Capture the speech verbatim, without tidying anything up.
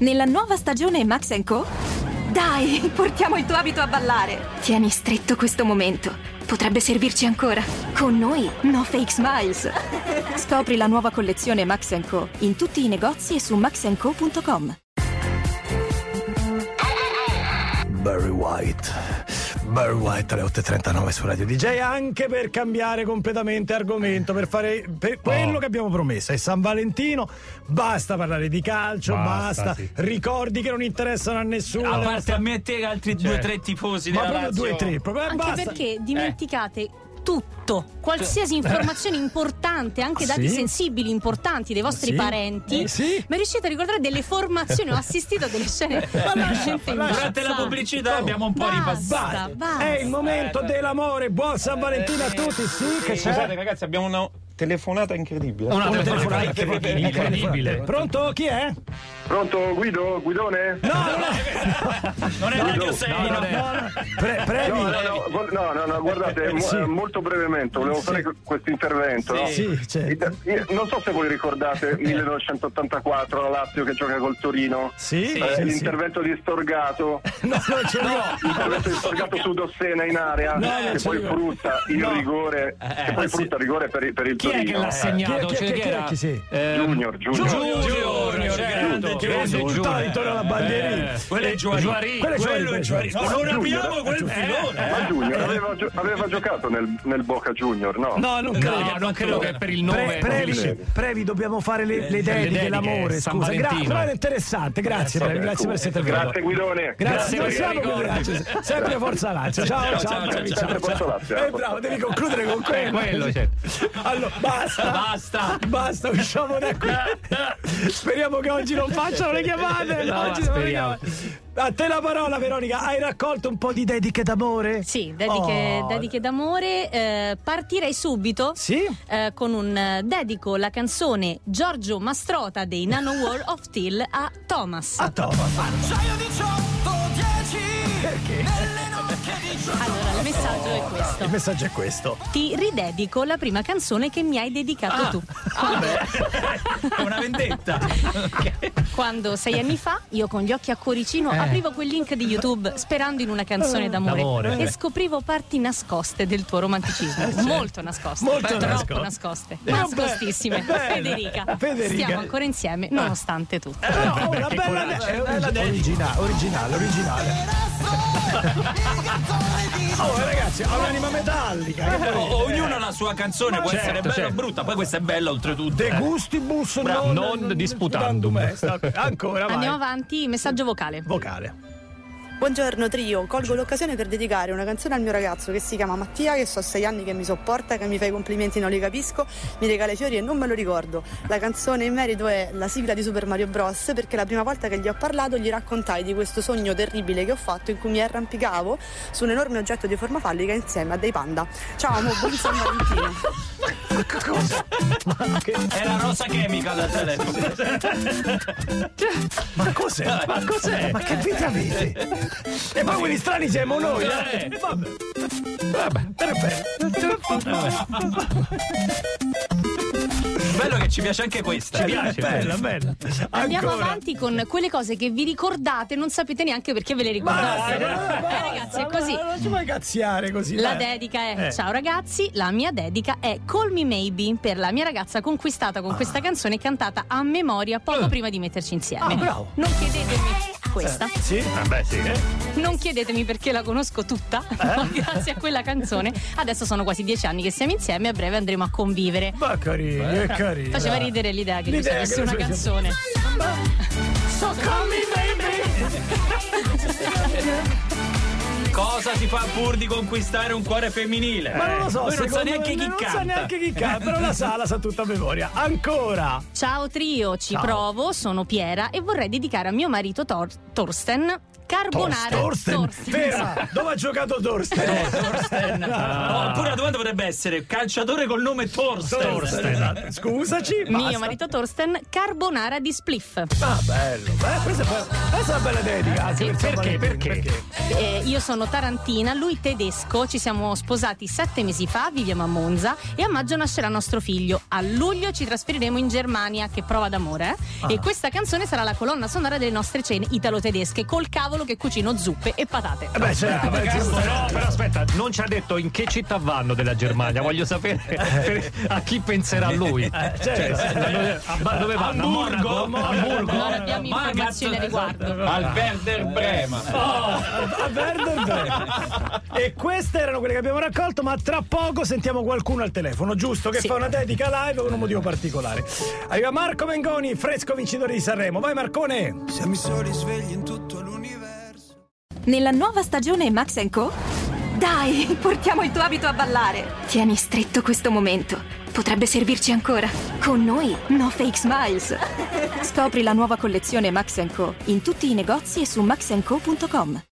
Nella nuova stagione Max and Co? Dai, portiamo il tuo abito a ballare. Tieni stretto questo momento. Potrebbe servirci ancora. Con noi, no fake smiles. Scopri la nuova collezione Max and Co in tutti i negozi e su max and co punto com. Barry White. Barry White alle otto e trentanove su Radio D J, anche per cambiare completamente argomento, per fare per quello oh. che abbiamo promesso. È San Valentino, basta parlare di calcio, basta, basta. Sì. Ricordi che non interessano a nessuno. A parte a me e te che altri certo. due o tre tifosi ma della proprio Lazio. due o tre, proprio, anche basta. perché dimenticate eh. tutto, qualsiasi informazione importante, anche dati sì? sensibili importanti dei vostri sì? parenti, eh, sì? ma riuscite a ricordare delle formazioni? Ho assistito a delle scene durante la pubblicità, oh, abbiamo un po' ripassato. È il momento eh, dell'amore. Buon San Valentino a tutti. Sì, che scusate ragazzi, abbiamo una telefonata incredibile. Una, una telefonata incredibile. incredibile. Pronto? Chi è? Pronto, Guido? Guidone? No, non è, non è Radio sei. No, no, no. Pre- previ. No, no, no, no, no, guardate, eh, sì. molto brevemente, volevo sì. fare questo intervento. Sì, no? sì, certo. Io, non so se voi ricordate millenovecentottantaquattro, la Lazio che gioca col Torino. Sì, eh, sì l'intervento sì. di Storgato. No, non ce l'ho. L'intervento di Storgato su Dossena in area, no, che poi io. frutta il no. rigore, eh, che poi sì. frutta il rigore per, per il chi Torino. Chi è che l'ha segnato? Chi, chi, cioè, chi, chi era? Chi sì? Eh, Junior, Junior. Junior, Junior, certo. Che risultato intorno alla bandierina. Quello è Juari. Quello è Juari. Non abbiamo quel filone. Ma Junior aveva, aveva giocato nel, nel Boca Junior, no? No, non credo. No, non credo che per il nome. Pre, previ, previ, dobbiamo fare le, le dediche, l'amore. Scusa, grazie, però era interessante. Grazie, Previ, grazie per essere intervenuto. Grazie Guidone. Grazie, grazie siamo grazie. Sempre Forza Lazio. Ciao, ciao, sempre Forza Lazio. Eh, bravo, devi concludere con quello. quello certo. Allora, basta. Basta. Basta, usciamo da qui. Speriamo che oggi non facciano le chiamate. No, oggi speriamo. A te la parola, Veronica. Hai raccolto un po' di dediche d'amore? Sì, dediche, oh. dediche d'amore. Eh, partirei subito sì? eh, con un eh, dedico la canzone Giorgio Mastrota dei Nano War of Till a Thomas. A Thomas. Perché? Allora, il messaggio è questo. Il messaggio è questo. Ti ridedico la prima canzone che mi hai dedicato ah. tu. Ah, beh. È una vendetta. Quando sei anni fa, io con gli occhi a cuoricino eh. aprivo quel link di YouTube sperando in una canzone d'amore, d'amore e eh. scoprivo parti nascoste del tuo romanticismo. Eh, molto nascoste. Molto troppo nascoste. nascoste. Eh, Nascostissime. Federica. Federica. Stiamo ancora insieme, nonostante tutto. Eh, no, una bella, de- è bella de- originale, originale, originale. Oh ragazzi, ha un'anima metallica. Eh, oh, ognuno ha la sua canzone, può certo, essere bella certo. o brutta, poi questa è bella oltretutto. De gustibus Bravo, non, non disputandum. Ancora vai. Andiamo avanti, messaggio vocale. Vocale. Buongiorno trio, colgo l'occasione per dedicare una canzone al mio ragazzo che si chiama Mattia, che so sei anni che mi sopporta, che mi fa i complimenti, non li capisco, mi regala i fiori e non me lo ricordo. La canzone in merito è la sigla di Super Mario Bros, perché la prima volta che gli ho parlato gli raccontai di questo sogno terribile che ho fatto in cui mi arrampicavo su un enorme oggetto di forma fallica insieme a dei panda. Ciao amo, buon San Valentino. Cosa? È la rosa chemica da telefono. Ma cos'è? Ma cos'è? Ma che vita avete? E poi quelli strani siamo noi, eh? Vabbè. Vabbè, perfetto. Bello che ci piace anche questa. Ci piace, bella, bella. Andiamo Ancora. avanti con quelle cose che vi ricordate, non sapete neanche perché ve le ricordate. Basta, eh, ragazzi, è basta, così. Non ci puoi cazziare così. La vai. dedica è Eh. ciao ragazzi, la mia dedica è Call Me Maybe per la mia ragazza conquistata con Ah. questa canzone cantata a memoria poco Eh. prima di metterci insieme. Ah, bravo. Non chiedetemi questa. Eh, sì? Vabbè, sì, eh. Non chiedetemi perché la conosco tutta, ma grazie a quella canzone adesso sono quasi dieci anni che siamo insieme e a breve andremo a convivere. Ma carino, è carino. Faceva ridere l'idea che tu L'idea sapessi che una tu sia- canzone. So call me baby. Cosa si fa pur di conquistare un cuore femminile? Ma non lo so, Poi non sa secondo neanche me chi non canta. sa neanche chi canta, però la sa, la sa tutta a memoria. Ancora. Ciao trio, ci Ciao. provo, sono Piera e vorrei dedicare a mio marito Tor- Torsten carbonara. Thorsten? Thorsten. Ferma! Dove ha giocato Thorsten? Thorsten. No, oppure la domanda potrebbe essere calciatore col nome Thorsten. Thorsten. Scusaci. Mio basta. marito Thorsten, carbonara di spliff. Ah, bello. Beh, questa, è, questa è una bella dedica. Anche Sì, per San perché? Valentino. Perché? Eh, io sono tarantina, lui tedesco, ci siamo sposati sette mesi fa, viviamo a Monza e a maggio nascerà nostro figlio. A luglio ci trasferiremo in Germania, che prova d'amore, eh? Ah. E questa canzone sarà la colonna sonora delle nostre cene italo-tedesche, col cavolo che cucino zuppe e patate. Eh beh, certo, beh, giusto. Però, però aspetta, non ci ha detto in che città vanno della Germania, voglio sapere per- a chi penserà lui. certo. Cioè, dove, a- dove vanno? Hamburgo, A Monaco? Hamburgo? Non abbiamo informazioni a riguardo. Al Werder Brema. A Werder Bremen. E queste erano quelle che abbiamo raccolto, ma tra poco sentiamo qualcuno al telefono, giusto? Che Sì. fa una dedica live per un motivo particolare. Arriva Marco Mengoni, fresco vincitore di Sanremo. Vai Marcone! Siamo i soli svegli in tutto l'universo. Nella nuova stagione Max and Co? Dai, portiamo il tuo abito a ballare. Tieni stretto questo momento. Potrebbe servirci ancora. Con noi, no fake smiles. Scopri la nuova collezione Max and Co in tutti i negozi e su max and co punto com.